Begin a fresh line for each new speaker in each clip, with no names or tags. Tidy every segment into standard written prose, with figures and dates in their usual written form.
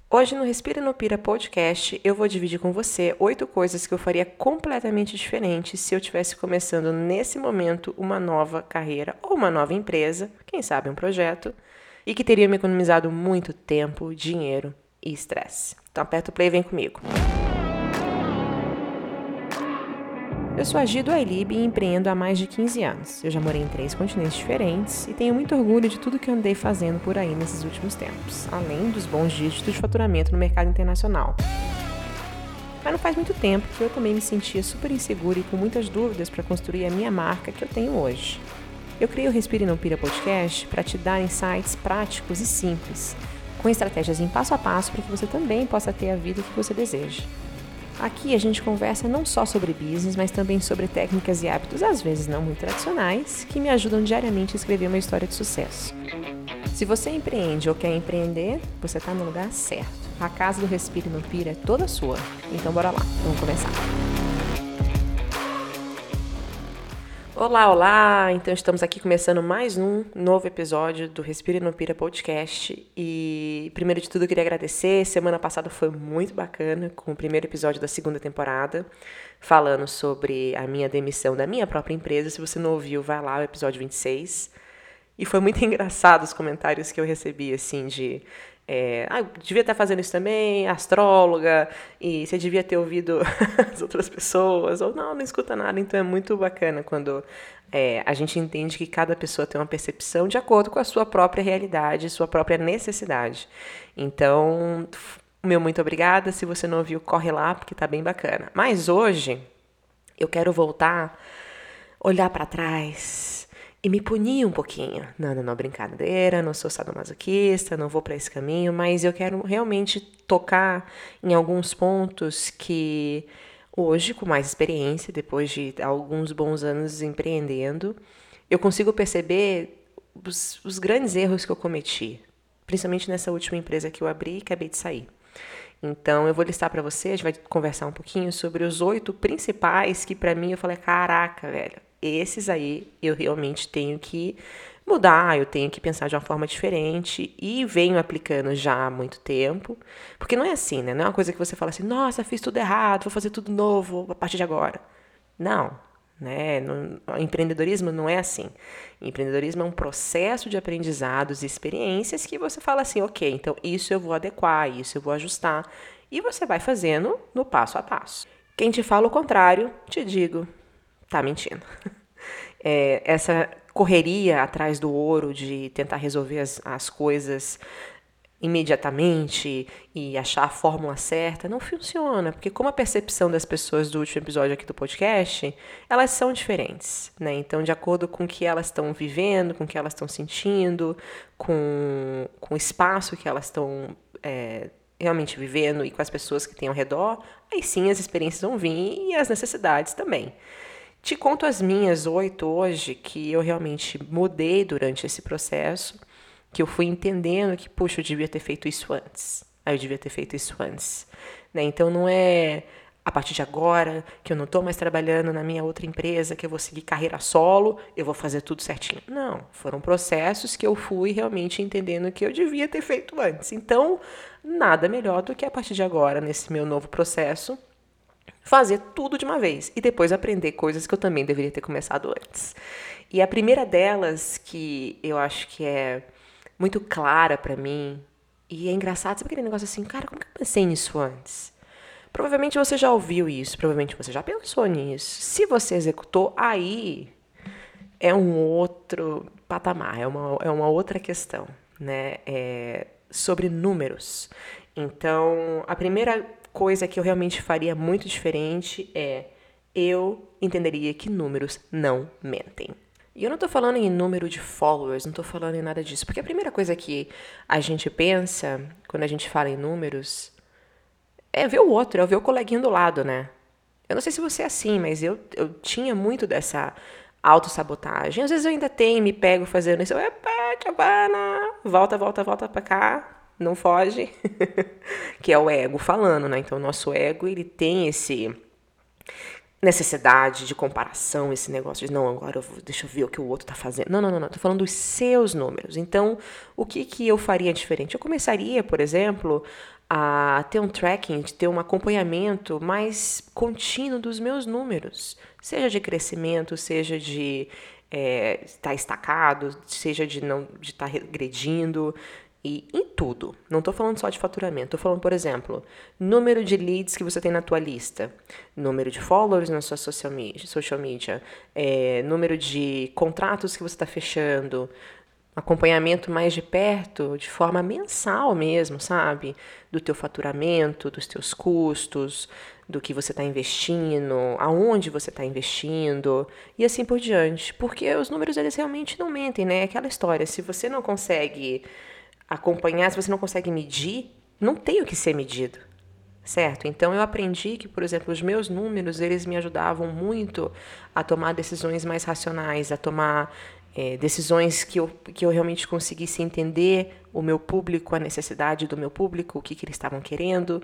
Hoje no Respira e no Pira podcast eu vou dividir com você 8 coisas que eu faria completamente diferente se eu estivesse começando nesse momento uma nova carreira ou uma nova empresa, quem sabe um projeto, e que teria me economizado muito tempo, dinheiro e estresse. Então aperta o play e vem comigo. Eu sou a Gi do iLib e empreendo há mais de 15 anos. Eu já morei em 3 continentes diferentes e tenho muito orgulho de tudo que andei fazendo por aí nesses últimos tempos, além dos bons dígitos de faturamento no mercado internacional. Mas não faz muito tempo que eu também me sentia super insegura e com muitas dúvidas para construir a minha marca que eu tenho hoje. Eu criei o Respire e Não Pira podcast para te dar insights práticos e simples, com estratégias em passo a passo para que você também possa ter a vida que você deseja. Aqui a gente conversa não só sobre business, mas também sobre técnicas e hábitos, às vezes não muito tradicionais, que me ajudam diariamente a escrever uma história de sucesso. Se você empreende ou quer empreender, você está no lugar certo. A casa do Respire e Não Pira é toda sua. Então bora lá, vamos começar. Olá, olá! Então estamos aqui começando mais um novo episódio do Respira e Não Pira podcast. E primeiro de tudo eu queria agradecer. Semana passada foi muito bacana com o primeiro episódio da segunda temporada, falando sobre a minha demissão da minha própria empresa. Se você não ouviu, vai lá, o episódio 26. E foi muito engraçado os comentários que eu recebi, assim, de... devia estar fazendo isso também, astróloga, e você devia ter ouvido as outras pessoas, ou não escuta nada. Então é muito bacana quando a gente entende que cada pessoa tem uma percepção de acordo com a sua própria realidade, sua própria necessidade. Então, meu muito obrigada. Se você não ouviu, corre lá, porque tá bem bacana. Mas hoje, eu quero voltar, olhar para trás e me punir um pouquinho. Não, brincadeira, não sou sadomasoquista, não vou para esse caminho, mas eu quero realmente tocar em alguns pontos que hoje, com mais experiência, depois de alguns bons anos empreendendo, eu consigo perceber os grandes erros que eu cometi, principalmente nessa última empresa que eu abri e acabei de sair. Então, eu vou listar para você, a gente vai conversar um pouquinho sobre os 8 principais que para mim eu falei, caraca, velho, esses aí eu realmente tenho que mudar, eu tenho que pensar de uma forma diferente e venho aplicando já há muito tempo, porque não é assim, né? Não é uma coisa que você fala assim, nossa, fiz tudo errado, vou fazer tudo novo a partir de agora. Não, né? Empreendedorismo não é assim. Empreendedorismo é um processo de aprendizados e experiências que você fala assim, ok, então isso eu vou adequar, isso eu vou ajustar, e você vai fazendo no passo a passo. Quem te fala o contrário, te digo, tá mentindo. Essa correria atrás do ouro de tentar resolver as coisas imediatamente e achar a fórmula certa, não funciona, porque como a percepção das pessoas do último episódio aqui do podcast, elas são diferentes, né? Então, de acordo com o que elas estão vivendo, com o que elas estão sentindo, com o espaço que elas estão realmente vivendo e com as pessoas que têm ao redor, aí sim as experiências vão vir e as necessidades também. Te conto as minhas 8 hoje, que eu realmente mudei durante esse processo, que eu fui entendendo que, puxa, eu devia ter feito isso antes. Eu devia ter feito isso antes. Né? Então, não é a partir de agora, que eu não estou mais trabalhando na minha outra empresa, que eu vou seguir carreira solo, eu vou fazer tudo certinho. Não, foram processos que eu fui realmente entendendo que eu devia ter feito antes. Então, nada melhor do que a partir de agora, nesse meu novo processo, fazer tudo de uma vez e depois aprender coisas que eu também deveria ter começado antes. E a primeira delas, que eu acho que é muito clara pra mim, e é engraçado, sabe aquele negócio assim, cara, como que eu pensei nisso antes? Provavelmente você já ouviu isso, provavelmente você já pensou nisso. Se você executou, aí é um outro patamar, é uma outra questão, né? Sobre números. Então, a primeira coisa que eu realmente faria muito diferente eu entenderia que números não mentem. E eu não tô falando em número de followers, não tô falando em nada disso, porque a primeira coisa que a gente pensa quando a gente fala em números é ver o outro, é ver o coleguinha do lado, né? Eu não sei se você é assim, mas eu tinha muito dessa autossabotagem. Às vezes eu ainda tenho, me pego fazendo isso. Epa, Giovana, volta pra cá, não foge. Que é o ego falando, né? Então, o nosso ego, ele tem necessidade de comparação, esse negócio de, não, agora deixa eu ver o que o outro está fazendo. Não, não, não, não, tô falando dos seus números. Então, o que eu faria diferente? Eu começaria, por exemplo, a ter um tracking, de ter um acompanhamento mais contínuo dos meus números, seja de crescimento, seja de estar estacado, seja de não de estar regredindo, e em tudo. Não estou falando só de faturamento. Estou falando, por exemplo, número de leads que você tem na tua lista, número de followers na sua social media, número de contratos que você está fechando, acompanhamento mais de perto, de forma mensal mesmo, sabe? Do teu faturamento, dos teus custos, do que você está investindo, aonde você está investindo e assim por diante. Porque os números, eles realmente não mentem, né? É aquela história, se você não consegue acompanhar, se você não consegue medir, não tem o que ser medido, certo? Então eu aprendi que, por exemplo, os meus números, eles me ajudavam muito a tomar decisões mais racionais, a tomar decisões que eu realmente conseguisse entender o meu público, a necessidade do meu público, o que eles estavam querendo.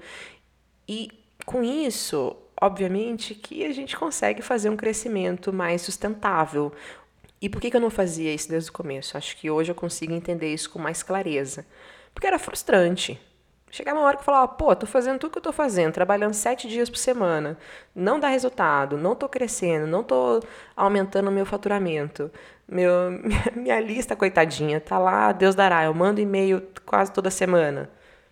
E com isso, obviamente, que a gente consegue fazer um crescimento mais sustentável. E por que eu não fazia isso desde o começo? Acho que hoje eu consigo entender isso com mais clareza. Porque era frustrante. Chegava uma hora que eu falava, pô, tô fazendo tudo que eu tô fazendo, trabalhando 7 dias por semana, não dá resultado, não tô crescendo, não tô aumentando o meu faturamento. Minha lista, coitadinha, tá lá, Deus dará, eu mando e-mail quase toda semana.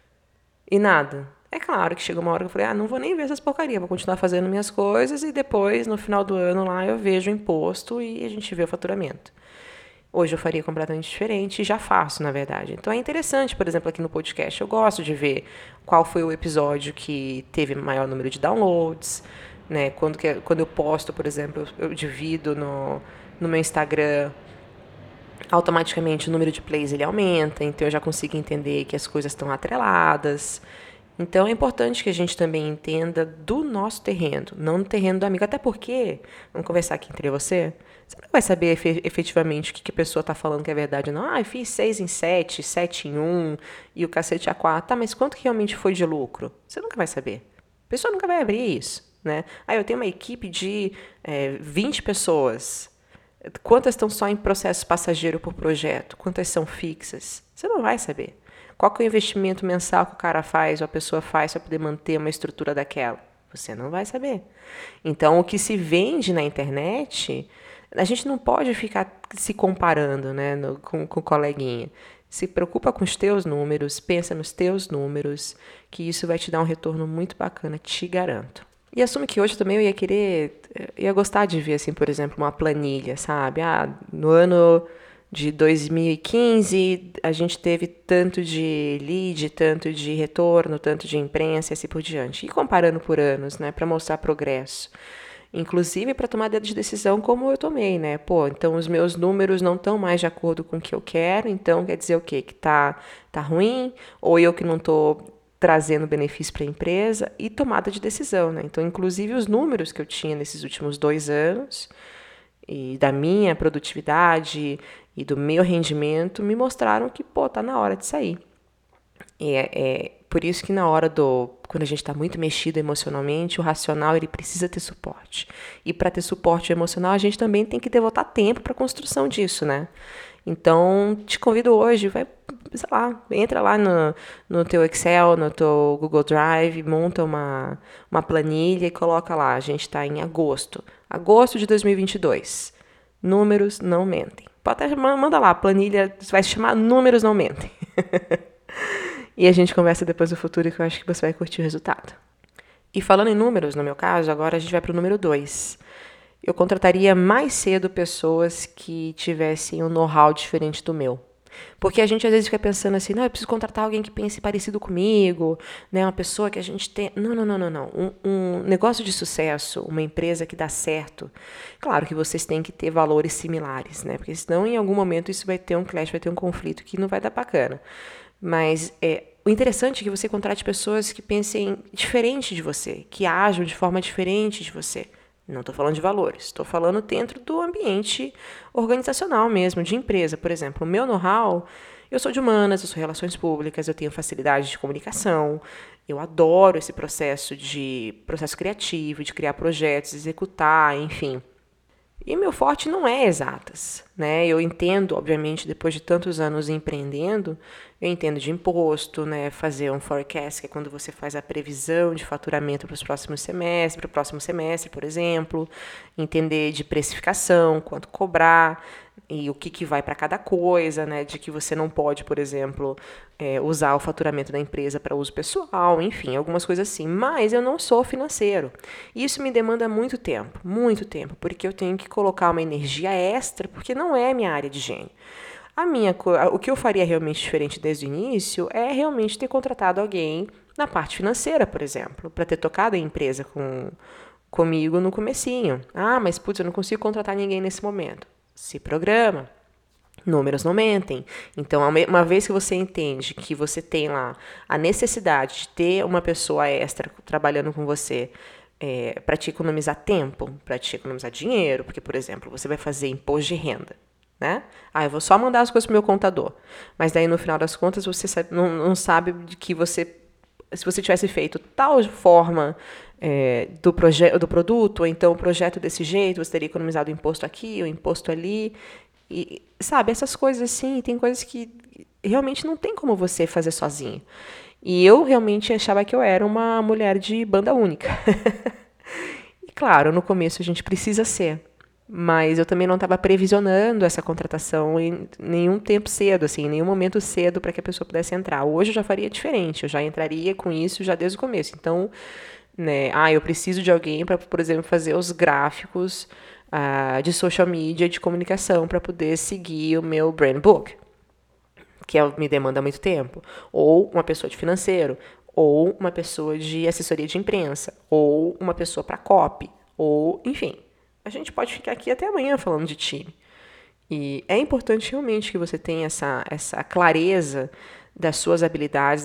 E nada. É claro que chegou uma hora que eu falei, não vou nem ver essas porcarias, vou continuar fazendo minhas coisas e depois, no final do ano lá, eu vejo o imposto e a gente vê o faturamento. Hoje eu faria completamente diferente e já faço, na verdade. Então é interessante, por exemplo, aqui no podcast, eu gosto de ver qual foi o episódio que teve maior número de downloads, né? Quando eu posto, por exemplo, eu divido no meu Instagram, automaticamente o número de plays ele aumenta, então eu já consigo entender que as coisas estão atreladas. Então é importante que a gente também entenda do nosso terreno, não do terreno do amigo. Até porque, vamos conversar aqui entre você não vai saber efetivamente o que a pessoa está falando que é verdade ou não. Eu fiz 6 em 7, 7 em 1 e o cacete a 4. Tá, mas quanto que realmente foi de lucro? Você nunca vai saber. A pessoa nunca vai abrir isso, né? Eu tenho uma equipe de 20 pessoas. Quantas estão só em processo passageiro por projeto? Quantas são fixas? Você não vai saber. Qual que é o investimento mensal que o cara faz ou a pessoa faz para poder manter uma estrutura daquela? Você não vai saber. Então, o que se vende na internet, a gente não pode ficar se comparando, né, com o coleguinha. Se preocupa com os teus números, pensa nos teus números, que isso vai te dar um retorno muito bacana, te garanto. E assume que hoje também eu ia gostar de ver, assim, por exemplo, uma planilha, sabe? No ano de 2015, a gente teve tanto de lead, tanto de retorno, tanto de imprensa e assim por diante. E comparando por anos, né, para mostrar progresso. Inclusive para tomar de decisão como eu tomei, né? Então os meus números não estão mais de acordo com o que eu quero, então quer dizer o quê? Que tá ruim, ou eu que não estou trazendo benefício para a empresa, e tomada de decisão, né? Então, inclusive os números que eu tinha nesses últimos 2 anos, e da minha produtividade e do meu rendimento, me mostraram que, tá na hora de sair. E é por isso que quando a gente está muito mexido emocionalmente, o racional ele precisa ter suporte. E para ter suporte emocional, a gente também tem que devotar tempo para a construção disso, né? Então, te convido hoje, sei lá, entra lá no teu Excel, no teu Google Drive, monta uma planilha e coloca lá, a gente está em agosto de 2022. Números não mentem. Pode até manda lá, a planilha vai se chamar Números Não Mentem. E a gente conversa depois do futuro, que eu acho que você vai curtir o resultado. E falando em números, no meu caso, agora a gente vai para o número 2. Eu contrataria mais cedo pessoas que tivessem um know-how diferente do meu. Porque a gente às vezes fica pensando assim, eu preciso contratar alguém que pense parecido comigo, né? Uma pessoa que a gente tem... Não. Um negócio de sucesso, uma empresa que dá certo, claro que vocês têm que ter valores similares, né? Porque senão em algum momento isso vai ter um clash, vai ter um conflito que não vai dar bacana. Mas o interessante é que você contrate pessoas que pensem diferente de você, que ajam de forma diferente de você. Não estou falando de valores, estou falando dentro do ambiente organizacional mesmo, de empresa. Por exemplo, o meu know-how, eu sou de humanas, eu sou relações públicas, eu tenho facilidade de comunicação, Eu adoro esse processo criativo, de criar projetos, executar, enfim. E meu forte não é exatas, né? Eu entendo, obviamente, depois de tantos anos empreendendo, eu entendo de imposto, né? Fazer um forecast, que é quando você faz a previsão de faturamento para o próximo semestre, por exemplo, entender de precificação, quanto cobrar e o que vai para cada coisa, né? De que você não pode, por exemplo, usar o faturamento da empresa para uso pessoal, enfim, algumas coisas assim. Mas eu não sou financeiro. Isso me demanda muito tempo, porque eu tenho que colocar uma energia extra, porque não é minha área de gênio. O que eu faria realmente diferente desde o início é realmente ter contratado alguém na parte financeira, por exemplo, para ter tocado a empresa comigo no comecinho. Ah, mas putz, eu não consigo contratar ninguém nesse momento. Se programa. Números não mentem. Então, uma vez que você entende que você tem lá a necessidade de ter uma pessoa extra trabalhando com você para te economizar tempo, para te economizar dinheiro, porque, por exemplo, você vai fazer imposto de renda, né? Ah, eu vou só mandar as coisas para o meu contador. Mas daí, no final das contas, você não sabe de que se você tivesse feito tal forma do produto, ou então o projeto desse jeito, você teria economizado o imposto aqui, o imposto ali. E, sabe, essas coisas assim, tem coisas que realmente não tem como você fazer sozinho. E eu realmente achava que eu era uma mulher de banda única. E claro, no começo a gente precisa ser. Mas eu também não estava previsionando essa contratação em nenhum tempo cedo, assim, em nenhum momento cedo para que a pessoa pudesse entrar. Hoje eu já faria diferente, eu já entraria com isso já desde o começo. Então, né, eu preciso de alguém para, por exemplo, fazer os gráficos de social media, de comunicação, para poder seguir o meu brand book, que me demanda muito tempo. Ou uma pessoa de financeiro, ou uma pessoa de assessoria de imprensa, ou uma pessoa para copy, ou, enfim. A gente pode ficar aqui até amanhã falando de time. E é importante realmente que você tenha essa clareza das suas habilidades,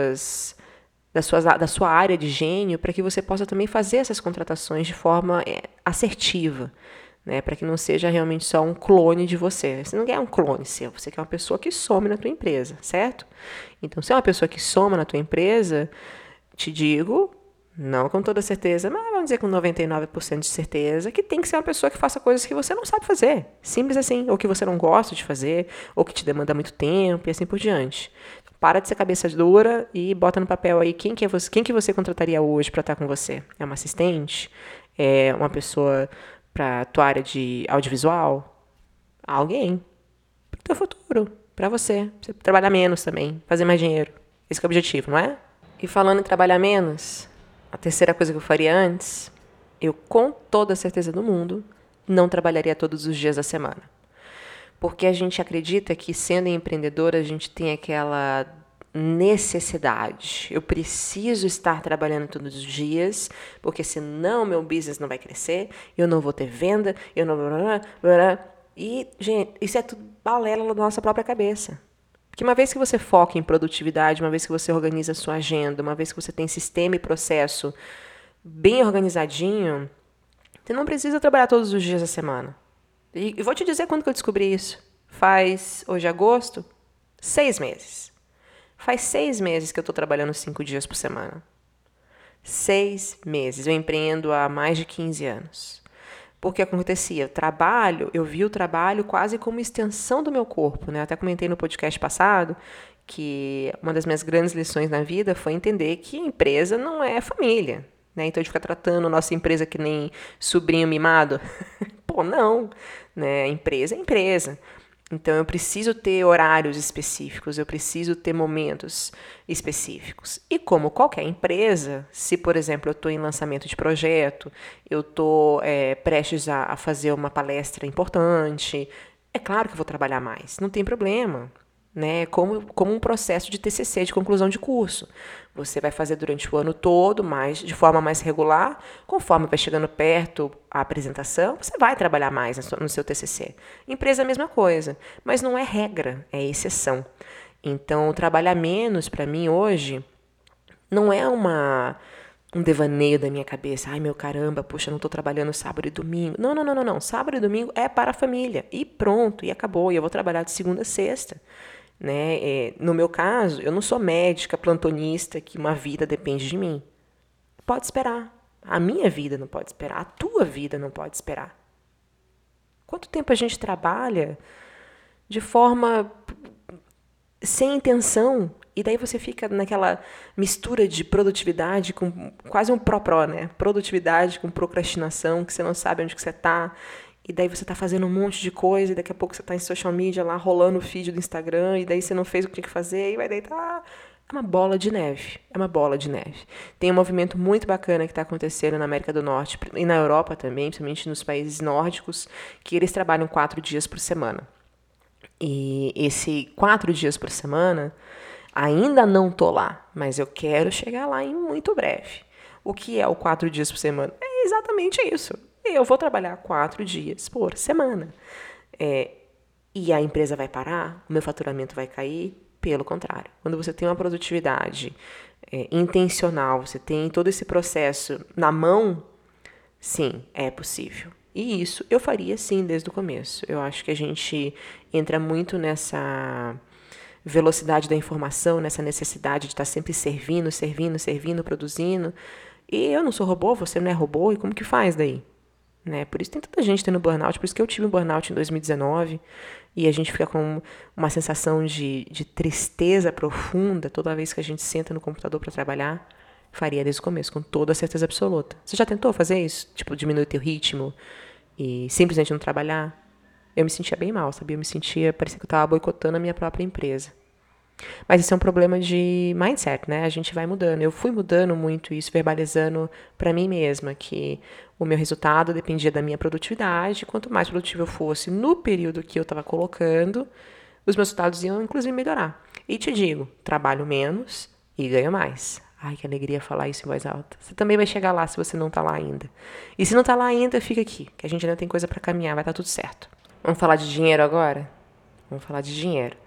da sua área de gênio, para que você possa também fazer essas contratações de forma assertiva, né? Para que não seja realmente só um clone de você. Você não quer um clone seu, você quer uma pessoa que some na tua empresa, certo? Então, se é uma pessoa que soma na tua empresa, te digo, não com toda certeza, mas vamos dizer com 99% de certeza, que tem que ser uma pessoa que faça coisas que você não sabe fazer. Simples assim. Ou que você não gosta de fazer, ou que te demanda muito tempo e assim por diante. Para de ser cabeça dura e bota no papel aí quem que você contrataria hoje para estar com você. É uma assistente? É uma pessoa para a tua área de audiovisual? Alguém. Para o teu futuro. Para você. Você trabalhar menos também. Fazer mais dinheiro. Esse que é o objetivo, não é? E falando em trabalhar menos, a terceira coisa que eu faria antes, eu com toda a certeza do mundo, não trabalharia todos os dias da semana. Porque a gente acredita que sendo empreendedora a gente tem aquela necessidade. Eu preciso estar trabalhando todos os dias, porque senão meu business não vai crescer, eu não vou ter venda, eu não... E, gente, isso é tudo balela da nossa própria cabeça. Porque uma vez que você foca em produtividade, uma vez que você organiza a sua agenda, uma vez que você tem sistema e processo bem organizadinho, você não precisa trabalhar todos os dias da semana. E vou te dizer quando que eu descobri isso. Hoje é agosto, 6 meses. Faz 6 meses que eu estou trabalhando 5 dias por semana. 6 meses. Eu empreendo há mais de 15 anos. Porque acontecia, eu vi o trabalho quase como extensão do meu corpo, né? Até comentei no podcast passado que uma das minhas grandes lições na vida foi entender que empresa não é família, né? Então, de ficar tratando a nossa empresa que nem sobrinho mimado. Pô, não, né? Empresa é empresa. Então, eu preciso ter horários específicos, eu preciso ter momentos específicos. E como qualquer empresa, se, por exemplo, eu estou em lançamento de projeto, eu estou prestes a fazer uma palestra importante, é claro que eu vou trabalhar mais, não tem problema. Né, como um processo de TCC, de conclusão de curso. Você vai fazer durante o ano todo, mas de forma mais regular. Conforme vai chegando perto a apresentação, você vai trabalhar mais no seu TCC. Empresa é a mesma coisa, mas não é regra, é exceção. Então, trabalhar menos, para mim, hoje, não é um devaneio da minha cabeça. Ai, meu caramba, puxa, não estou trabalhando sábado e domingo. Não, não, não, não, não. Sábado e domingo é para a família. E pronto, e acabou. E eu vou trabalhar de segunda a sexta. né? No meu caso, eu não sou médica, plantonista, que uma vida depende de mim. Pode esperar. A minha vida não pode esperar. A tua vida não pode esperar. Quanto tempo a gente trabalha de forma sem intenção, e daí você fica naquela mistura de produtividade com quase um pró-pró, né? Produtividade com procrastinação, que você não sabe onde que você tá, e daí você tá fazendo um monte de coisa, e daqui a pouco você tá em social media lá, rolando o feed do Instagram, e daí você não fez o que tinha que fazer, e vai daí tá... É uma bola de neve. É uma bola de neve. Tem um movimento muito bacana que está acontecendo na América do Norte e na Europa também, principalmente nos países nórdicos, que eles trabalham 4 dias por semana. E esse 4 dias por semana, ainda não tô lá, mas eu quero chegar lá em muito breve. O que é o 4 dias por semana? É exatamente isso. Eu vou trabalhar 4 dias por semana. E a empresa vai parar? O meu faturamento vai cair? Pelo contrário. Quando você tem uma produtividade intencional, você tem todo esse processo na mão, sim, é possível. E isso eu faria sim desde o começo. Eu acho que a gente entra muito nessa velocidade da informação, nessa necessidade de estar sempre servindo, produzindo. E eu não sou robô, você não é robô, e como que faz daí? Né? Por isso tem tanta gente tendo burnout, por isso que eu tive um burnout em 2019, e a gente fica com uma sensação de tristeza profunda toda vez que a gente senta no computador para trabalhar. Faria desde o começo, com toda a certeza absoluta. Você já tentou fazer isso? Tipo, diminuir teu ritmo e simplesmente não trabalhar? Eu me sentia bem mal, sabia? Parecia que eu estava boicotando a minha própria empresa. Mas isso é um problema de mindset, né? A gente vai mudando. Eu fui mudando muito isso, verbalizando para mim mesma que o meu resultado dependia da minha produtividade. Quanto mais produtiva eu fosse no período que eu estava colocando, os meus resultados iam, inclusive, melhorar. E te digo, trabalho menos e ganho mais. Ai, que alegria falar isso em voz alta. Você também vai chegar lá se você não tá lá ainda. E se não tá lá ainda, fica aqui, que a gente ainda tem coisa para caminhar, vai estar tudo certo. Vamos falar de dinheiro agora? Vamos falar de dinheiro.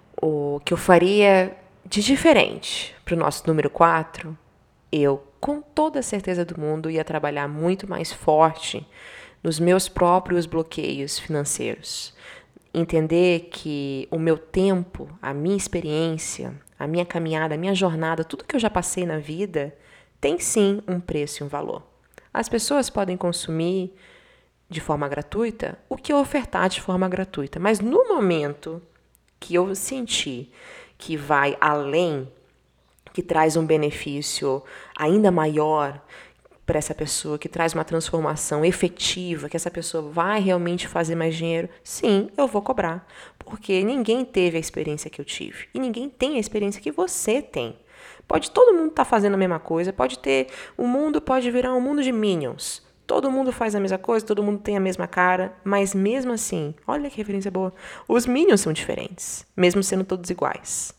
O que eu faria de diferente para o nosso número 4, eu, com toda a certeza do mundo, ia trabalhar muito mais forte nos meus próprios bloqueios financeiros. Entender que o meu tempo, a minha experiência, a minha caminhada, a minha jornada, tudo que eu já passei na vida, tem sim um preço e um valor. As pessoas podem consumir de forma gratuita o que eu ofertar de forma gratuita, mas no momento que eu senti que vai além, que traz um benefício ainda maior para essa pessoa, que traz uma transformação efetiva, que essa pessoa vai realmente fazer mais dinheiro, sim, eu vou cobrar. Porque ninguém teve a experiência que eu tive. E ninguém tem a experiência que você tem. Pode todo mundo estar fazendo a mesma coisa, pode ter... O mundo pode virar um mundo de Minions. Todo mundo faz a mesma coisa, todo mundo tem a mesma cara, mas mesmo assim, olha que referência boa, os Minions são diferentes, mesmo sendo todos iguais.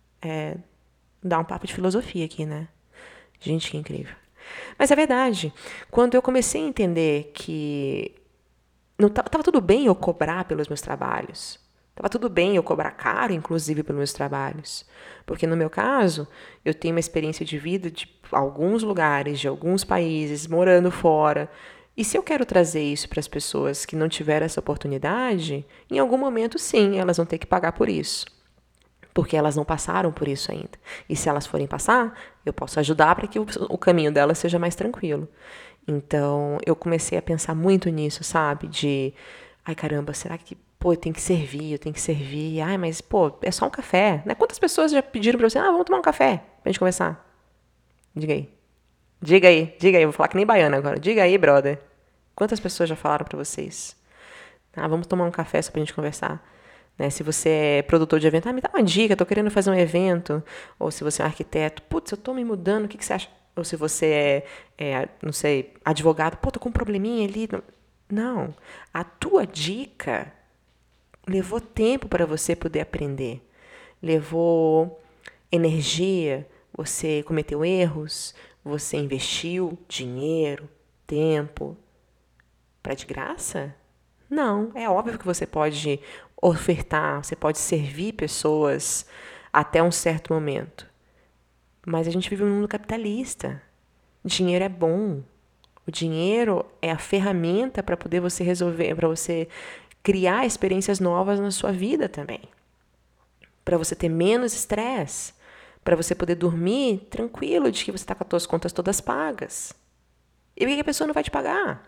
Dá um papo de filosofia aqui, né? Gente, que incrível. Mas é verdade, quando eu comecei a entender que não tava tudo bem eu cobrar pelos meus trabalhos, tava tudo bem eu cobrar caro, inclusive, pelos meus trabalhos, porque no meu caso, eu tenho uma experiência de vida de alguns lugares, de alguns países, morando fora, e se eu quero trazer isso para as pessoas que não tiveram essa oportunidade, em algum momento, sim, elas vão ter que pagar por isso. Porque elas não passaram por isso ainda. E se elas forem passar, eu posso ajudar para que o caminho delas seja mais tranquilo. Então, eu comecei a pensar muito nisso, sabe? Ai, caramba, será que, pô, eu tenho que servir, eu tenho que servir. Ai, mas, pô, é só um café, né? Quantas pessoas já pediram para você, vamos tomar um café pra gente conversar? Diga aí. Diga aí. Eu vou falar que nem baiana agora. Diga aí, brother. Quantas pessoas já falaram para vocês? Vamos tomar um café só pra gente conversar. Né? Se você é produtor de evento, me dá uma dica, estou querendo fazer um evento. Ou se você é um arquiteto, putz, eu estou me mudando, o que você acha? Ou se você não sei, advogado, pô, tô com um probleminha ali. Não, a tua dica levou tempo para você poder aprender. Levou energia, você cometeu erros, você investiu dinheiro, tempo. Para de graça? Não, é óbvio que você pode ofertar, você pode servir pessoas até um certo momento. Mas a gente vive num mundo capitalista. Dinheiro é bom. O dinheiro é a ferramenta para poder você resolver, para você criar experiências novas na sua vida também. para você ter menos estresse, para você poder dormir tranquilo de que você está com as suas contas todas pagas. E por que a pessoa não vai te pagar?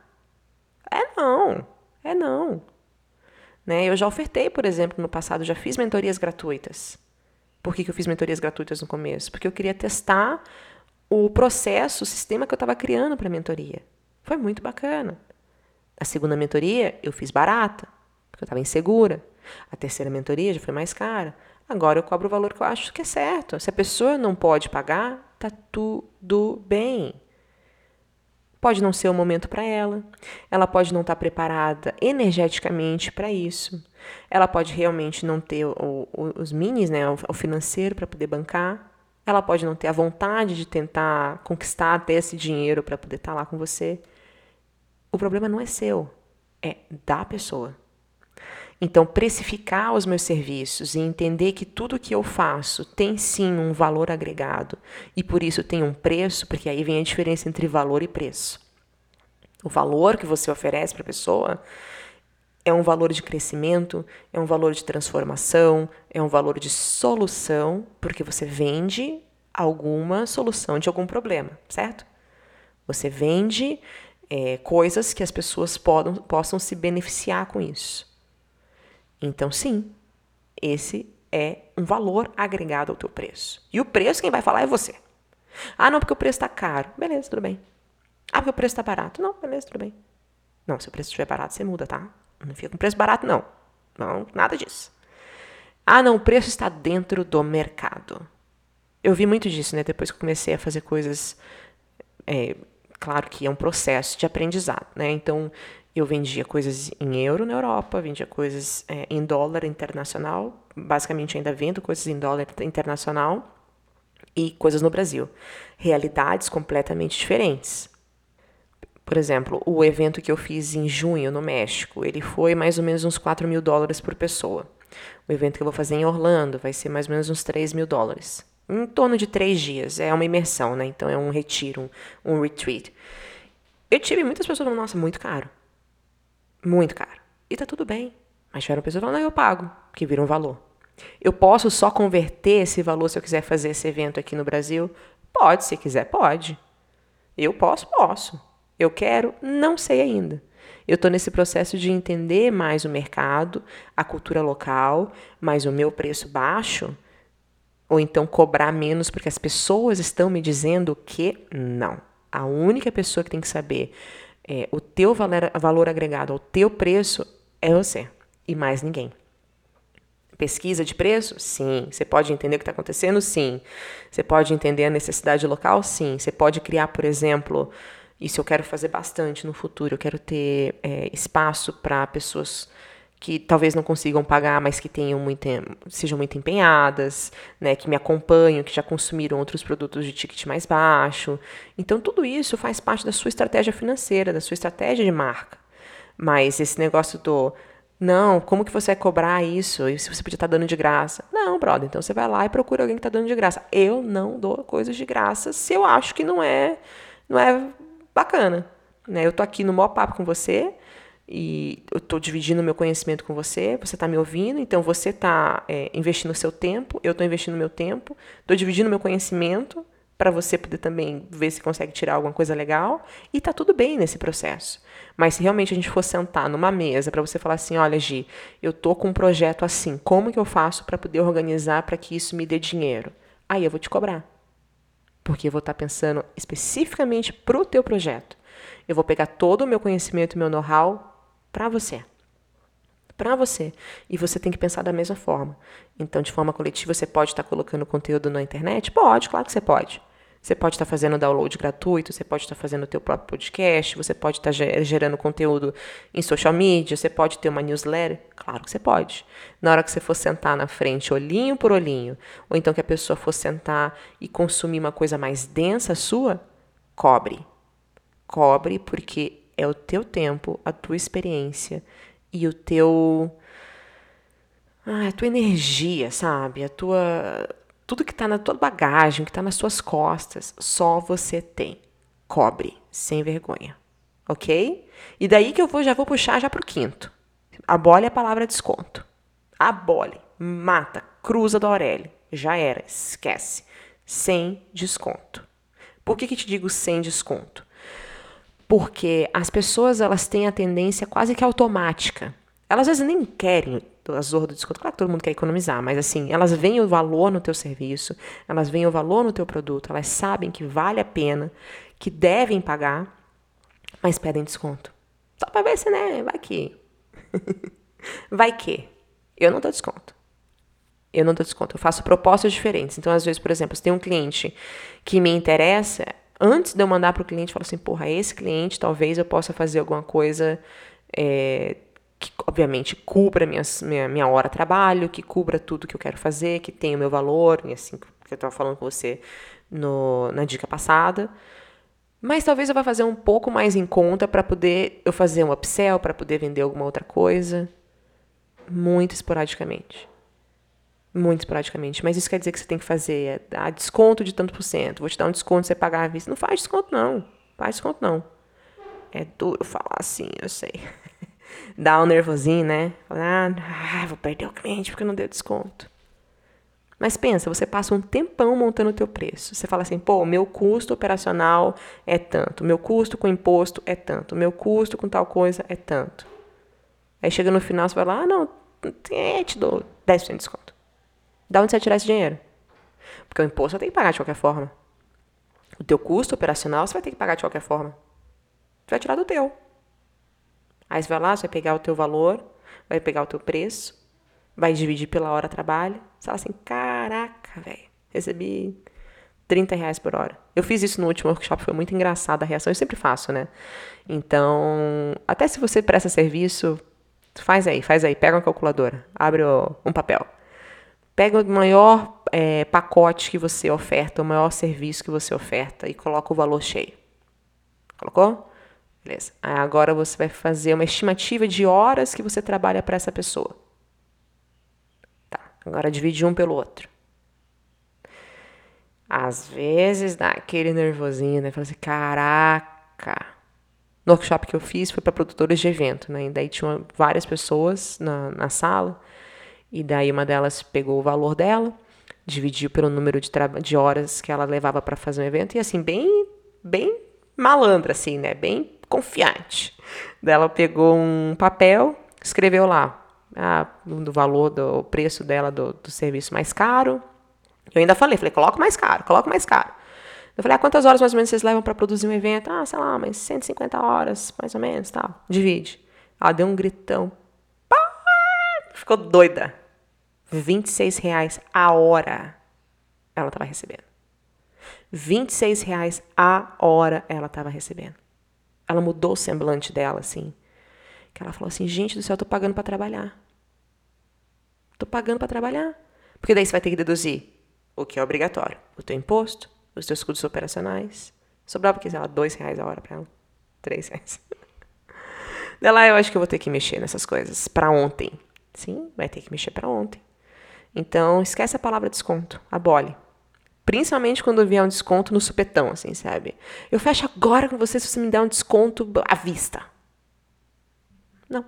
É não. Né? Eu já ofertei, por exemplo, no passado, já fiz mentorias gratuitas. Por que eu fiz mentorias gratuitas no começo? Porque eu queria testar o processo, o sistema que eu estava criando para a mentoria. Foi muito bacana. A segunda mentoria eu fiz barata, porque eu estava insegura. A terceira mentoria já foi mais cara. Agora eu cobro o valor que eu acho que é certo. Se a pessoa não pode pagar, tá tudo bem. Pode não ser o momento para ela. Ela pode não estar preparada energeticamente para isso. Ela pode realmente não ter os minis, né, o financeiro para poder bancar. Ela pode não ter a vontade de tentar conquistar até esse dinheiro para poder estar lá com você. O problema não é seu, é da pessoa. Então, precificar os meus serviços e entender que tudo que eu faço tem sim um valor agregado e por isso tem um preço, porque aí vem a diferença entre valor e preço. O valor que você oferece para a pessoa é um valor de crescimento, é um valor de transformação, é um valor de solução, porque você vende alguma solução de algum problema, certo? Você vende coisas que as pessoas possam se beneficiar com isso. Então, sim, esse é um valor agregado ao teu preço. E o preço quem vai falar é você. Ah, não, porque o preço está caro. Beleza, tudo bem. Ah, porque o preço está barato. Não, beleza, tudo bem. Não, se o preço estiver barato, você muda, tá? Não fica com preço barato, não. Não, nada disso. Ah, não, o preço está dentro do mercado. Eu vi muito disso, né? Depois que eu comecei a fazer coisas... claro que é um processo de aprendizado, né? Então, eu vendia coisas em euro na Europa, vendia coisas em dólar internacional, basicamente ainda vendo coisas em dólar internacional e coisas no Brasil. Realidades completamente diferentes. Por exemplo, o evento que eu fiz em junho no México, ele foi mais ou menos uns $4.000 por pessoa. O evento que eu vou fazer em Orlando vai ser mais ou menos uns $3.000. Em torno de 3 dias. É uma imersão, né? Então é um retiro, um retreat. Eu tive muitas pessoas falando, nossa, muito caro. Muito caro. E tá tudo bem. Mas tiveram pessoas falando, não, eu pago, que vira um valor. Eu posso só converter esse valor se eu quiser fazer esse evento aqui no Brasil? Pode, se quiser, pode. Eu posso. Eu quero, não sei ainda. Eu estou nesse processo de entender mais o mercado, a cultura local, mais o meu preço baixo, ou então cobrar menos porque as pessoas estão me dizendo que não. A única pessoa que tem que saber o teu valor agregado ao teu preço é você e mais ninguém. Pesquisa de preço? Sim. Você pode entender o que está acontecendo? Sim. Você pode entender a necessidade local? Sim. Você pode criar, por exemplo, isso eu quero fazer bastante no futuro, eu quero ter espaço para pessoas que talvez não consigam pagar, mas que sejam muito empenhadas, né, que me acompanham, que já consumiram outros produtos de ticket mais baixo. Então, tudo isso faz parte da sua estratégia financeira, da sua estratégia de marca. Mas esse negócio não, como que você vai cobrar isso? E se você podia estar dando de graça? Não, brother, então você vai lá e procura alguém que está dando de graça. Eu não dou coisas de graça se eu acho que não é bacana. Né? Eu estou aqui no maior papo com você, e eu estou dividindo o meu conhecimento com você, você está me ouvindo, então você está investindo o seu tempo, eu estou investindo o meu tempo, estou dividindo o meu conhecimento para você poder também ver se consegue tirar alguma coisa legal, e está tudo bem nesse processo. Mas se realmente a gente for sentar numa mesa para você falar assim, olha, Gi, eu estou com um projeto assim, como que eu faço para poder organizar para que isso me dê dinheiro? Aí eu vou te cobrar. Porque eu vou estar pensando especificamente para o teu projeto. Eu vou pegar todo o meu conhecimento e meu know-how para você. Para você. E você tem que pensar da mesma forma. Então, de forma coletiva, você pode estar colocando conteúdo na internet? Pode, claro que você pode. Você pode estar fazendo download gratuito, você pode estar fazendo o teu próprio podcast, você pode estar gerando conteúdo em social media, você pode ter uma newsletter? Claro que você pode. Na hora que você for sentar na frente, olhinho por olhinho, ou então que a pessoa for sentar e consumir uma coisa mais densa sua, cobre. Cobre porque é o teu tempo, a tua experiência e a tua energia, sabe? Tudo que está na tua bagagem, que está nas suas costas, só você tem. Cobre, sem vergonha. Ok? E daí que já vou puxar já pro quinto. Abole a palavra desconto. Abole, mata, cruza do Aureli. Já era, esquece. Sem desconto. Por que te digo sem desconto? Porque as pessoas, elas têm a tendência quase que automática. Elas às vezes nem querem a zorra do desconto. Claro que todo mundo quer economizar, mas assim, elas veem o valor no teu serviço, elas veem o valor no teu produto, elas sabem que vale a pena, que devem pagar, mas pedem desconto. Só pra ver se, né, vai que. Vai que. Eu não dou desconto. Eu faço propostas diferentes. Então, às vezes, por exemplo, se tem um cliente que me interessa, antes de eu mandar para o cliente, eu falo assim, porra, esse cliente talvez eu possa fazer alguma coisa que, obviamente, cubra minha hora de trabalho, que cubra tudo que eu quero fazer, que tenha o meu valor, e assim, que eu estava falando com você na dica passada. Mas talvez eu vá fazer um pouco mais em conta para poder eu fazer um upsell, para poder vender alguma outra coisa. Muito esporadicamente. Muito esporadicamente. Mas isso quer dizer que você tem que fazer desconto de tanto por cento. Vou te dar um desconto se você pagar à vista. Não faz desconto, não. Faz desconto, não. É duro falar assim, eu sei. Dá um nervosinho, né? Vou perder o cliente porque não deu desconto. Mas pensa, você passa um tempão montando o teu preço. Você fala assim, pô, meu custo operacional é tanto. Meu custo com imposto é tanto. Meu custo com tal coisa é tanto. Aí chega no final, você vai lá, não, te dou 10% de desconto. Da onde você vai tirar esse dinheiro? Porque o imposto você tem que pagar de qualquer forma. O teu custo operacional você vai ter que pagar de qualquer forma. Você vai tirar do teu. Aí você vai lá, você vai pegar o teu valor, vai pegar o teu preço, vai dividir pela hora de trabalho. Você fala assim, caraca, velho, recebi R$30 por hora. Eu fiz isso no último workshop, foi muito engraçado a reação. Eu sempre faço, né? Então, até se você presta serviço, faz aí, pega uma calculadora, abre um papel. Pega o maior pacote que você oferta, o maior serviço que você oferta e coloca o valor cheio. Colocou? Beleza. Aí agora você vai fazer uma estimativa de horas que você trabalha para essa pessoa. Tá. Agora divide um pelo outro. Às vezes dá aquele nervosinho, né? Fala assim, caraca. No workshop que eu fiz foi para produtores de evento, né? E daí tinha várias pessoas na sala. E daí uma delas pegou o valor dela, dividiu pelo número de horas que ela levava para fazer um evento. E assim, bem malandra, assim, né? Bem confiante. Daí ela pegou um papel, escreveu lá do valor, do preço dela do serviço mais caro. Eu ainda falei, coloca mais caro. Eu falei, quantas horas mais ou menos vocês levam para produzir um evento? Sei lá, mas 150 horas, mais ou menos, tal. Divide. Ela deu um gritão. Ficou doida. R$26 a hora ela estava recebendo. R$26 a hora ela estava recebendo. Ela mudou o semblante dela, assim. Que ela falou assim, gente do céu, eu tô pagando para trabalhar. Porque daí você vai ter que deduzir o que é obrigatório. O teu imposto, os teus custos operacionais. Sobrava, sei lá, R$2 a hora para ela. R$3. Daí eu acho que eu vou ter que mexer nessas coisas para ontem. Sim, vai ter que mexer para ontem. Então, esquece a palavra desconto. Abole. Principalmente quando vier um desconto no supetão, assim, sabe? Eu fecho agora com você se você me der um desconto à vista. Não.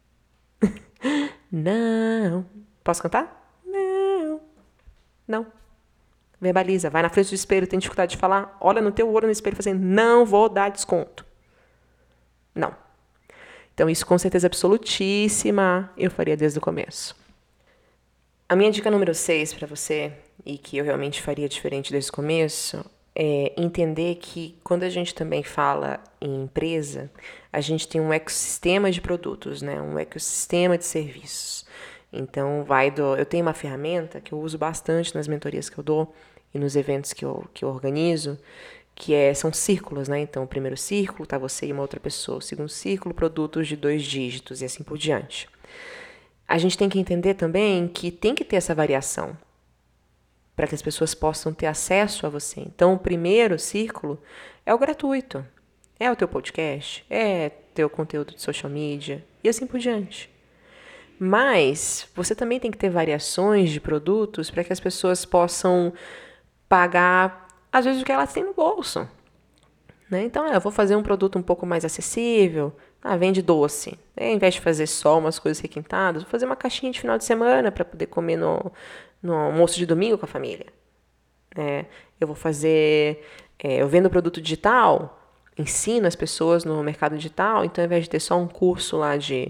Não. Posso cantar? Não. Verbaliza. Vai na frente do espelho, tem dificuldade de falar. Olha no teu olho no espelho e fala assim, não vou dar desconto. Não. Então, isso com certeza absolutíssima eu faria desde o começo. A minha dica número 6 para você, e que eu realmente faria diferente desde o começo, é entender que quando a gente também fala em empresa, a gente tem um ecossistema de produtos, né? Um ecossistema de serviços. Então, eu tenho uma ferramenta que eu uso bastante nas mentorias que eu dou e nos eventos que eu organizo, que são círculos, né? Então, o primeiro círculo está você e uma outra pessoa. O segundo círculo, produtos de 2 dígitos e assim por diante. A gente tem que entender também que tem que ter essa variação para que as pessoas possam ter acesso a você. Então, o primeiro círculo é o gratuito. É o teu podcast, é teu conteúdo de social media e assim por diante. Mas você também tem que ter variações de produtos para que as pessoas possam pagar, às vezes, o que elas têm no bolso. Né? Então, eu vou fazer um produto um pouco mais acessível. Vende doce. Ao invés de fazer só umas coisas requintadas, vou fazer uma caixinha de final de semana para poder comer no almoço de domingo com a família. Eu vou fazer... eu vendo produto digital, ensino as pessoas no mercado digital, então ao invés de ter só um curso lá de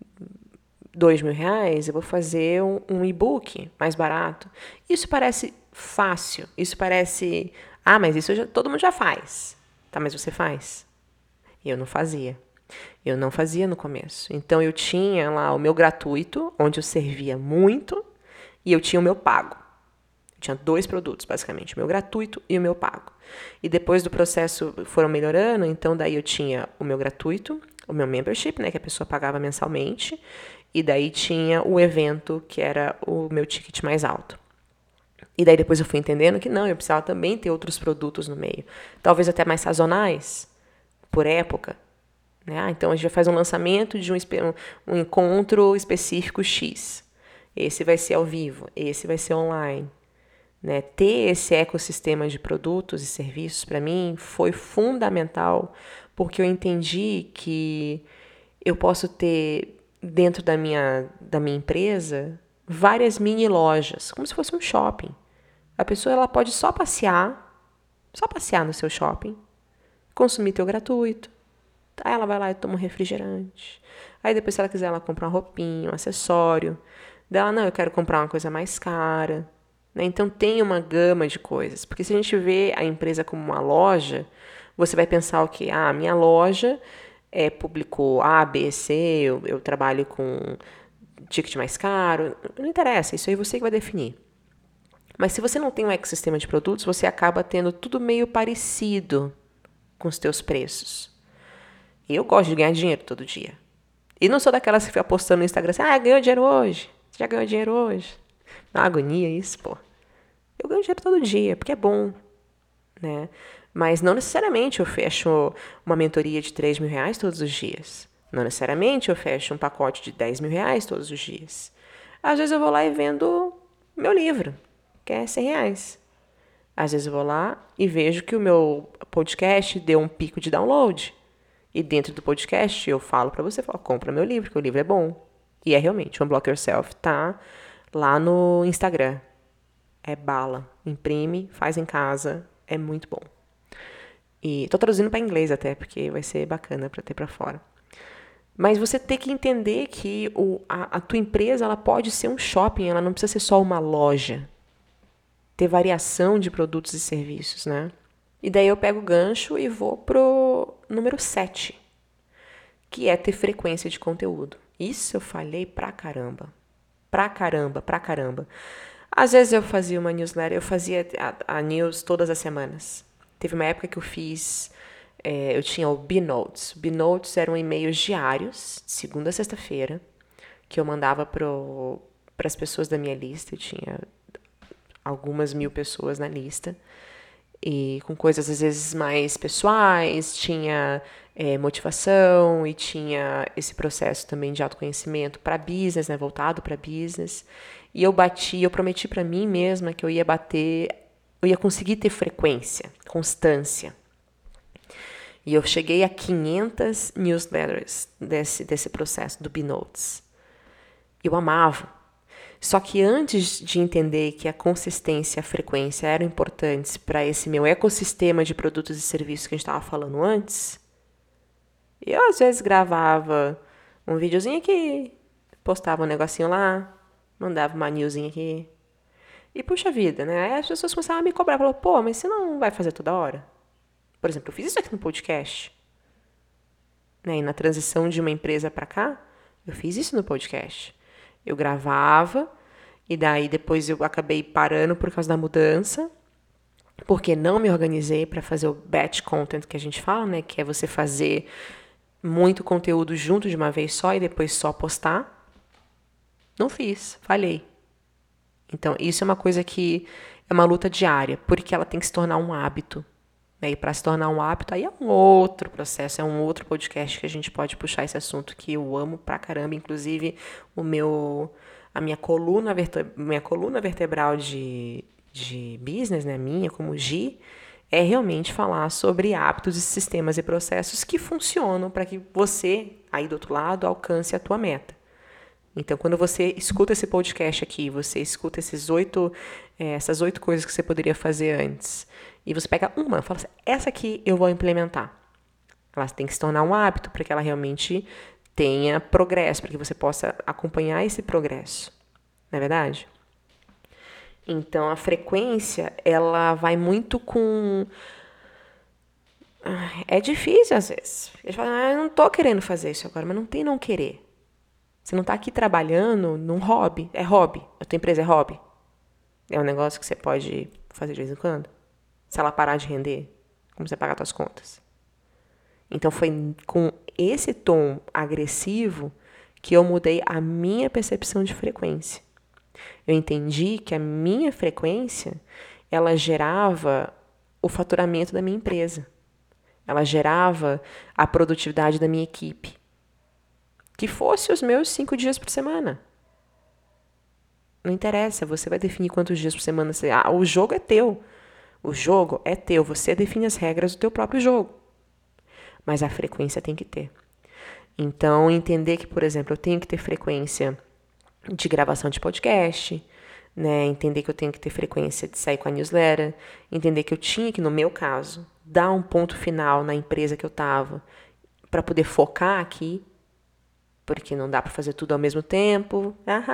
R$ 2.000, eu vou fazer um e-book mais barato. Isso parece fácil, isso parece... mas isso todo mundo já faz. Tá, mas você faz? Eu não fazia. Eu não fazia no começo. Então eu tinha lá o meu gratuito, onde eu servia muito, e eu tinha o meu pago. Eu tinha 2 produtos, basicamente, o meu gratuito e o meu pago. E depois do processo foram melhorando, então daí eu tinha o meu gratuito, o meu membership, né, que a pessoa pagava mensalmente, e daí tinha o evento, que era o meu ticket mais alto. E daí depois eu fui entendendo que não, eu precisava também ter outros produtos no meio. Talvez até mais sazonais, por época. Né? Então a gente vai fazer um lançamento de um encontro específico X. Esse vai ser ao vivo, esse vai ser online. Né? Ter esse ecossistema de produtos e serviços, para mim, foi fundamental, porque eu entendi que eu posso ter, dentro da minha empresa, várias mini lojas, como se fosse um shopping. A pessoa ela pode só passear no seu shopping, consumir teu gratuito. Aí ela vai lá e toma um refrigerante. Aí depois, se ela quiser, ela compra uma roupinha, um acessório. Dela, não, eu quero comprar uma coisa mais cara. Né? Então tem uma gama de coisas. Porque se a gente vê a empresa como uma loja, você vai pensar o quê? Minha loja publicou A, B, C, eu trabalho com ticket mais caro. Não interessa, isso aí você que vai definir. Mas se você não tem um ecossistema de produtos, você acaba tendo tudo meio parecido com os teus preços. Eu gosto de ganhar dinheiro todo dia. E não sou daquelas que fica postando no Instagram assim, ganhou dinheiro hoje. Você já ganhou dinheiro hoje? Dá uma agonia isso, pô. Eu ganho dinheiro todo dia, porque é bom, né? Mas não necessariamente eu fecho uma mentoria de R$ 3.000 todos os dias. Não necessariamente eu fecho um pacote de R$ 10.000 todos os dias. Às vezes eu vou lá e vendo meu livro, que é R$ 100. Às vezes eu vou lá e vejo que o meu podcast deu um pico de download. E dentro do podcast eu falo pra você, compra meu livro, que o livro é bom. E é realmente, o Unblock Yourself tá lá no Instagram. É bala. Imprime, faz em casa, é muito bom. E tô traduzindo para inglês até, porque vai ser bacana para ter para fora. Mas você tem que entender que a tua empresa ela pode ser um shopping, ela não precisa ser só uma loja. Ter variação de produtos e serviços, né? E daí eu pego o gancho e vou pro número 7, que é ter frequência de conteúdo. Isso eu falei pra caramba. Pra caramba. Às vezes eu fazia uma newsletter, eu fazia a news todas as semanas. Teve uma época que eu fiz, eu tinha o B-Notes. O B-Notes eram e-mails diários, de segunda a sexta-feira, que eu mandava para as pessoas da minha lista. Eu tinha algumas 1.000 pessoas na lista. E com coisas às vezes mais pessoais, tinha motivação e tinha esse processo também de autoconhecimento para business, né, voltado para business. E eu prometi para mim mesma que eu ia conseguir ter frequência, constância. E eu cheguei a 500 newsletters desse processo do B-Notes. Eu amava. Só que antes de entender que a consistência e a frequência eram importantes para esse meu ecossistema de produtos e serviços que a gente estava falando antes, eu às vezes gravava um videozinho aqui, postava um negocinho lá, mandava uma newsinha aqui. E puxa vida, né? Aí as pessoas começavam a me cobrar. Falaram, pô, mas você não vai fazer toda hora? Por exemplo, eu fiz isso aqui no podcast. Né? E na transição de uma empresa para cá, eu fiz isso no podcast. Eu gravava, e daí depois eu acabei parando por causa da mudança, porque não me organizei para fazer o batch content que a gente fala, né? Que é você fazer muito conteúdo junto de uma vez só e depois só postar. Não fiz, falhei. Então, isso é uma coisa que é uma luta diária, porque ela tem que se tornar um hábito. Né? E para se tornar um hábito, aí é um outro processo, é um outro podcast que a gente pode puxar esse assunto que eu amo pra caramba. Inclusive, a minha coluna vertebral de business, né, minha como Gi, é realmente falar sobre hábitos e sistemas e processos que funcionam para que você, aí do outro lado, alcance a tua meta. Então, quando você escuta esse podcast aqui, você escuta essas 8 coisas que você poderia fazer antes, e você pega uma, fala assim, essa aqui eu vou implementar. Ela tem que se tornar um hábito para que ela realmente tenha progresso, para que você possa acompanhar esse progresso. Não é verdade? Então, a frequência, ela vai muito com... É difícil, às vezes. Eles falam, eu não estou querendo fazer isso agora, mas não tem não querer. Você não está aqui trabalhando num hobby. É hobby. A tua empresa é hobby. É um negócio que você pode fazer de vez em quando. Se ela parar de render, como você pagar suas contas? Então, foi com esse tom agressivo que eu mudei a minha percepção de frequência. Eu entendi que a minha frequência, ela gerava o faturamento da minha empresa. Ela gerava a produtividade da minha equipe. Que fosse os meus 5 dias por semana. Não interessa, você vai definir quantos dias por semana você... o jogo é teu. O jogo é teu, você define as regras do teu próprio jogo. Mas a frequência tem que ter. Então, entender que, por exemplo, eu tenho que ter frequência de gravação de podcast, né? Entender que eu tenho que ter frequência de sair com a newsletter, entender que eu tinha que, no meu caso, dar um ponto final na empresa que eu estava para poder focar aqui, porque não dá para fazer tudo ao mesmo tempo.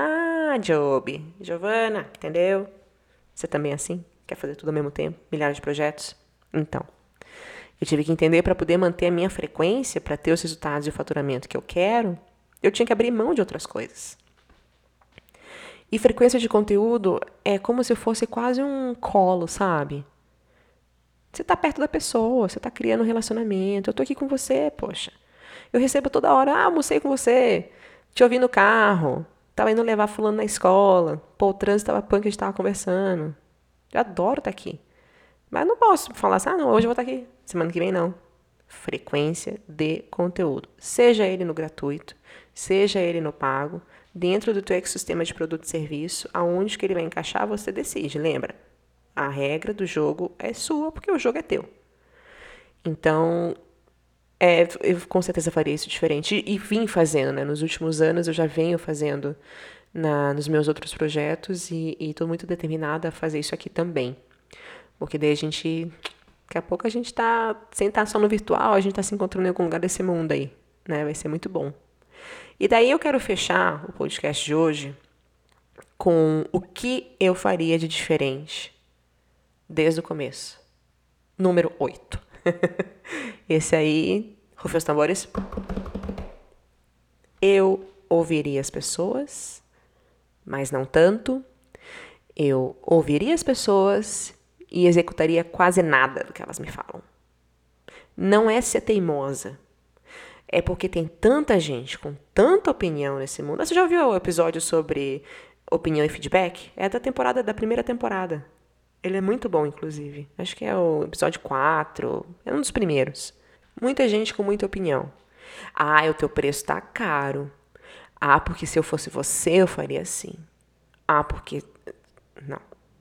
Giovana, entendeu? Você também é assim? Quer fazer tudo ao mesmo tempo? Milhares de projetos? Então, eu tive que entender para poder manter a minha frequência, para ter os resultados e o faturamento que eu quero, eu tinha que abrir mão de outras coisas. E frequência de conteúdo é como se fosse quase um colo, sabe? Você está perto da pessoa, você está criando um relacionamento. Eu estou aqui com você, poxa. Eu recebo toda hora, almocei com você, te ouvi no carro, estava indo levar fulano na escola, o trânsito estava punk, a gente estava conversando. Eu adoro estar aqui. Mas não posso falar assim, não, hoje eu vou estar aqui, semana que vem não. Frequência de conteúdo. Seja ele no gratuito, seja ele no pago, dentro do teu ecossistema de produto e serviço, aonde que ele vai encaixar, você decide. Lembra? A regra do jogo é sua, porque o jogo é teu. Então, eu com certeza faria isso diferente. E vim fazendo, né? Nos últimos anos eu já venho fazendo nos meus outros projetos e estou muito determinada a fazer isso aqui também. Porque daí daqui a pouco a gente tá, sem estar só no virtual, a gente tá se encontrando em algum lugar desse mundo aí, né? Vai ser muito bom. E daí eu quero fechar o podcast de hoje com o que eu faria de diferente desde o começo. Número 8. Esse aí, rufem os tambores. Eu ouviria as pessoas, mas não tanto. Eu ouviria as pessoas e executaria quase nada do que elas me falam. Não é ser teimosa. É porque tem tanta gente com tanta opinião nesse mundo. Você já ouviu o episódio sobre opinião e feedback? É da primeira temporada. Ele é muito bom, inclusive. Acho que é o episódio 4. É um dos primeiros. Muita gente com muita opinião. O teu preço tá caro. Porque se eu fosse você, eu faria assim. Porque... Não.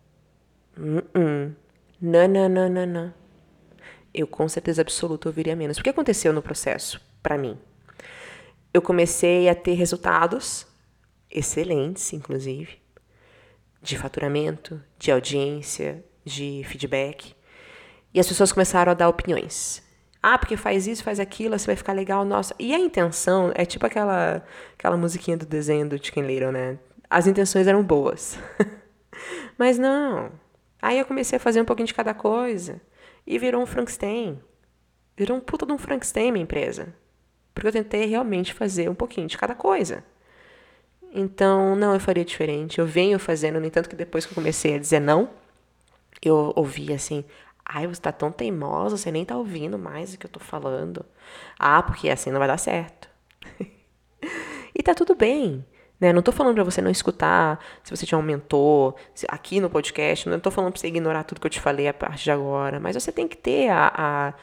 Não. Eu, com certeza absoluta, ouviria menos. O que aconteceu no processo, para mim? Eu comecei a ter resultados excelentes, inclusive, de faturamento, de audiência, de feedback. E as pessoas começaram a dar opiniões. Porque faz isso, faz aquilo, você vai ficar legal, nossa. E a intenção é tipo aquela musiquinha do desenho do Chicken Little, né? As intenções eram boas. Mas não. Aí eu comecei a fazer um pouquinho de cada coisa. E virou um Frankenstein. Virou um puta de um Frankenstein, minha empresa. Porque eu tentei realmente fazer um pouquinho de cada coisa. Então, não, eu faria diferente. Eu venho fazendo, no entanto que depois que eu comecei a dizer não, eu ouvi assim, você tá tão teimosa, você nem tá ouvindo mais o que eu tô falando. Porque assim não vai dar certo. E tá tudo bem. Né? Não tô falando pra você não escutar, se você tiver um mentor, aqui no podcast, não tô falando pra você ignorar tudo que eu te falei a partir de agora, mas você tem que ter a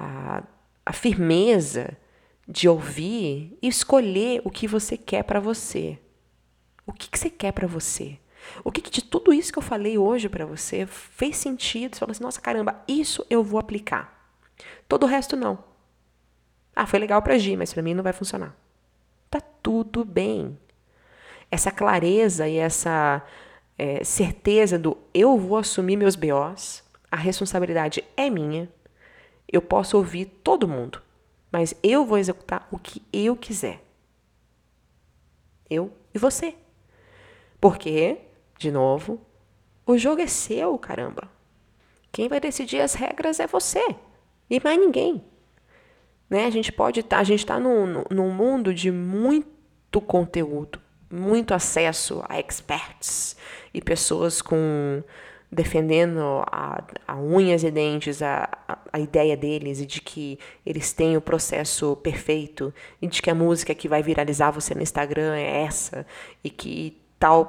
firmeza de ouvir e escolher o que você quer pra você. O que você quer pra você? O que de tudo isso que eu falei hoje para você fez sentido? Você falou assim, nossa, caramba, isso eu vou aplicar. Todo o resto não. Ah, foi legal para Gi, mas para mim não vai funcionar. Tá tudo bem. Essa clareza e essa certeza do eu vou assumir meus BOs, a responsabilidade é minha, eu posso ouvir todo mundo, mas eu vou executar o que eu quiser. Eu e você. Porque, de novo, o jogo é seu, caramba. Quem vai decidir as regras é você e mais ninguém. Né? A gente está num mundo de muito conteúdo, muito acesso a experts e pessoas defendendo a unhas e dentes a ideia deles e de que eles têm o processo perfeito e de que a música que vai viralizar você no Instagram é essa e que tal.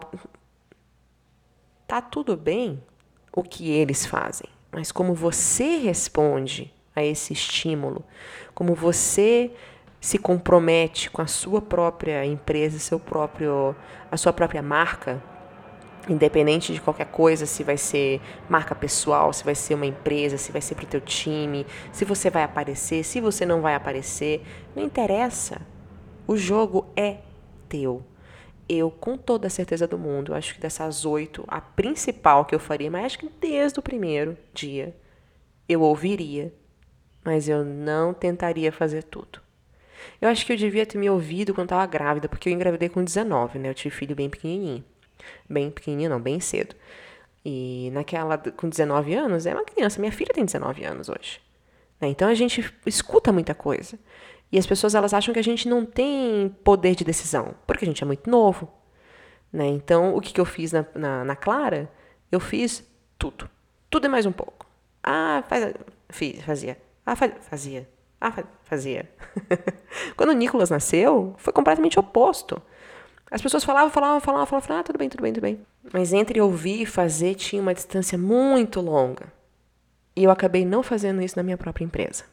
Tá tudo bem o que eles fazem, mas como você responde a esse estímulo, como você se compromete com a sua própria empresa, a sua própria marca, independente de qualquer coisa, se vai ser marca pessoal, se vai ser uma empresa, se vai ser para o teu time, se você vai aparecer, se você não vai aparecer, não interessa. O jogo é teu. Eu, com toda a certeza do mundo, acho que dessas 8, a principal que eu faria, mas acho que desde o primeiro dia, eu ouviria, mas eu não tentaria fazer tudo. Eu acho que eu devia ter me ouvido quando estava grávida, porque eu engravidei com 19, né? Eu tive filho bem pequenininho. Bem pequenininho, não, bem cedo. E com 19 anos, é uma criança. Minha filha tem 19 anos hoje. Né? Então a gente escuta muita coisa. E as pessoas elas acham que a gente não tem poder de decisão, porque a gente é muito novo. Né? Então, o que eu fiz na Clara? Eu fiz tudo. Tudo e mais um pouco. Ah, fazia. Ah, fazia. Ah, fazia. Quando o Nicolas nasceu, foi completamente oposto. As pessoas falavam, ah, tudo bem. Mas entre ouvir e fazer tinha uma distância muito longa. E eu acabei não fazendo isso na minha própria empresa.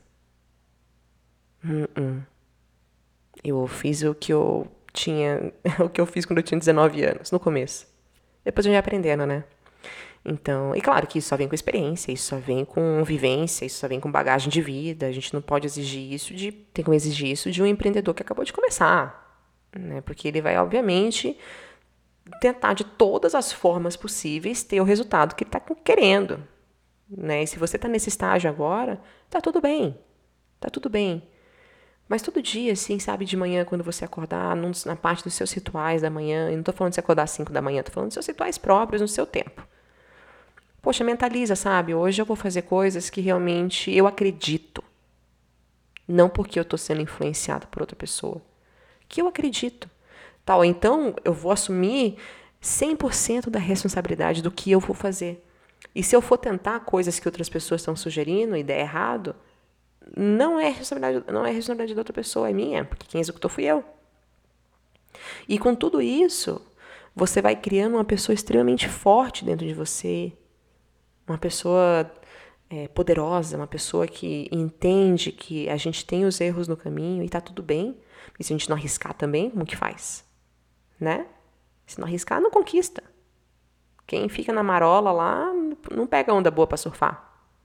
Eu fiz o que eu tinha, o que eu fiz quando eu tinha 19 anos, no começo. Depois eu ia aprendendo, né? Então, e claro que isso só vem com experiência, isso só vem com vivência, isso só vem com bagagem de vida. A gente não pode exigir isso tem como exigir isso de um empreendedor que acabou de começar, né? Porque ele vai, obviamente, tentar de todas as formas possíveis ter o resultado que ele está querendo, né? E se você está nesse estágio agora, tá tudo bem, tá tudo bem. Mas todo dia, assim, sabe, de manhã, quando você acordar, na parte dos seus rituais da manhã, e não estou falando de você acordar às 5 da manhã, estou falando dos seus rituais próprios, no seu tempo. Poxa, mentaliza, sabe? Hoje eu vou fazer coisas que realmente eu acredito. Não porque eu estou sendo influenciada por outra pessoa. Que eu acredito. Tal, então, eu vou assumir 100% da responsabilidade do que eu vou fazer. E se eu for tentar coisas que outras pessoas estão sugerindo e der errado, não é responsabilidade da outra pessoa, é minha, porque quem executou fui eu. E com tudo isso, você vai criando uma pessoa extremamente forte dentro de você, uma pessoa poderosa, uma pessoa que entende que a gente tem os erros no caminho e tá tudo bem. E se a gente não arriscar também, como que faz? Né? Se não arriscar, não conquista. Quem fica na marola lá, não pega onda boa para surfar.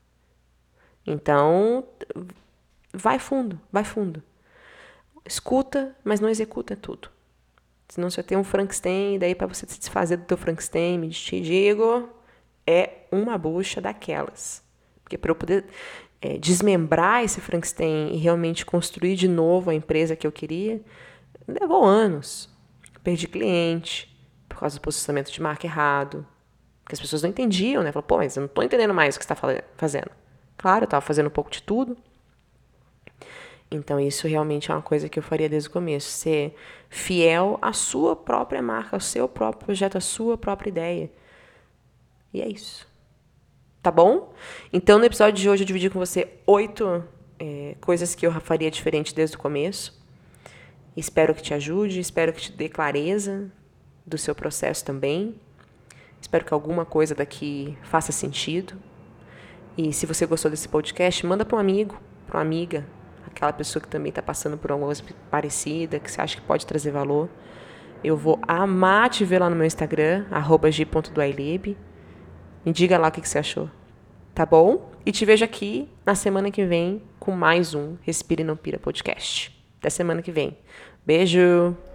Então, vai fundo, vai fundo. Escuta, mas não executa tudo. Senão você tem um Frankenstein, e daí para você se desfazer do teu Frankenstein, te digo, é uma bucha daquelas. Porque para eu poder desmembrar esse Frankenstein e realmente construir de novo a empresa que eu queria, levou anos. Perdi cliente por causa do posicionamento de marca errado. Porque as pessoas não entendiam, né? Falaram, pô, mas eu não estou entendendo mais o que você está fazendo. Claro, eu estava fazendo um pouco de tudo. Então, isso realmente é uma coisa que eu faria desde o começo. Ser fiel à sua própria marca, ao seu próprio projeto, à sua própria ideia. E é isso. Tá bom? Então, no episódio de hoje, eu dividi com você 8 coisas que eu faria diferente desde o começo. Espero que te ajude, espero que te dê clareza do seu processo também. Espero que alguma coisa daqui faça sentido. E se você gostou desse podcast, manda para um amigo, para uma amiga, aquela pessoa que também está passando por alguma coisa parecida, que você acha que pode trazer valor. Eu vou amar te ver lá no meu Instagram, @g.duailib. Me diga lá o que você achou. Tá bom? E te vejo aqui na semana que vem com mais um Respire e Não Pira podcast. Até semana que vem. Beijo!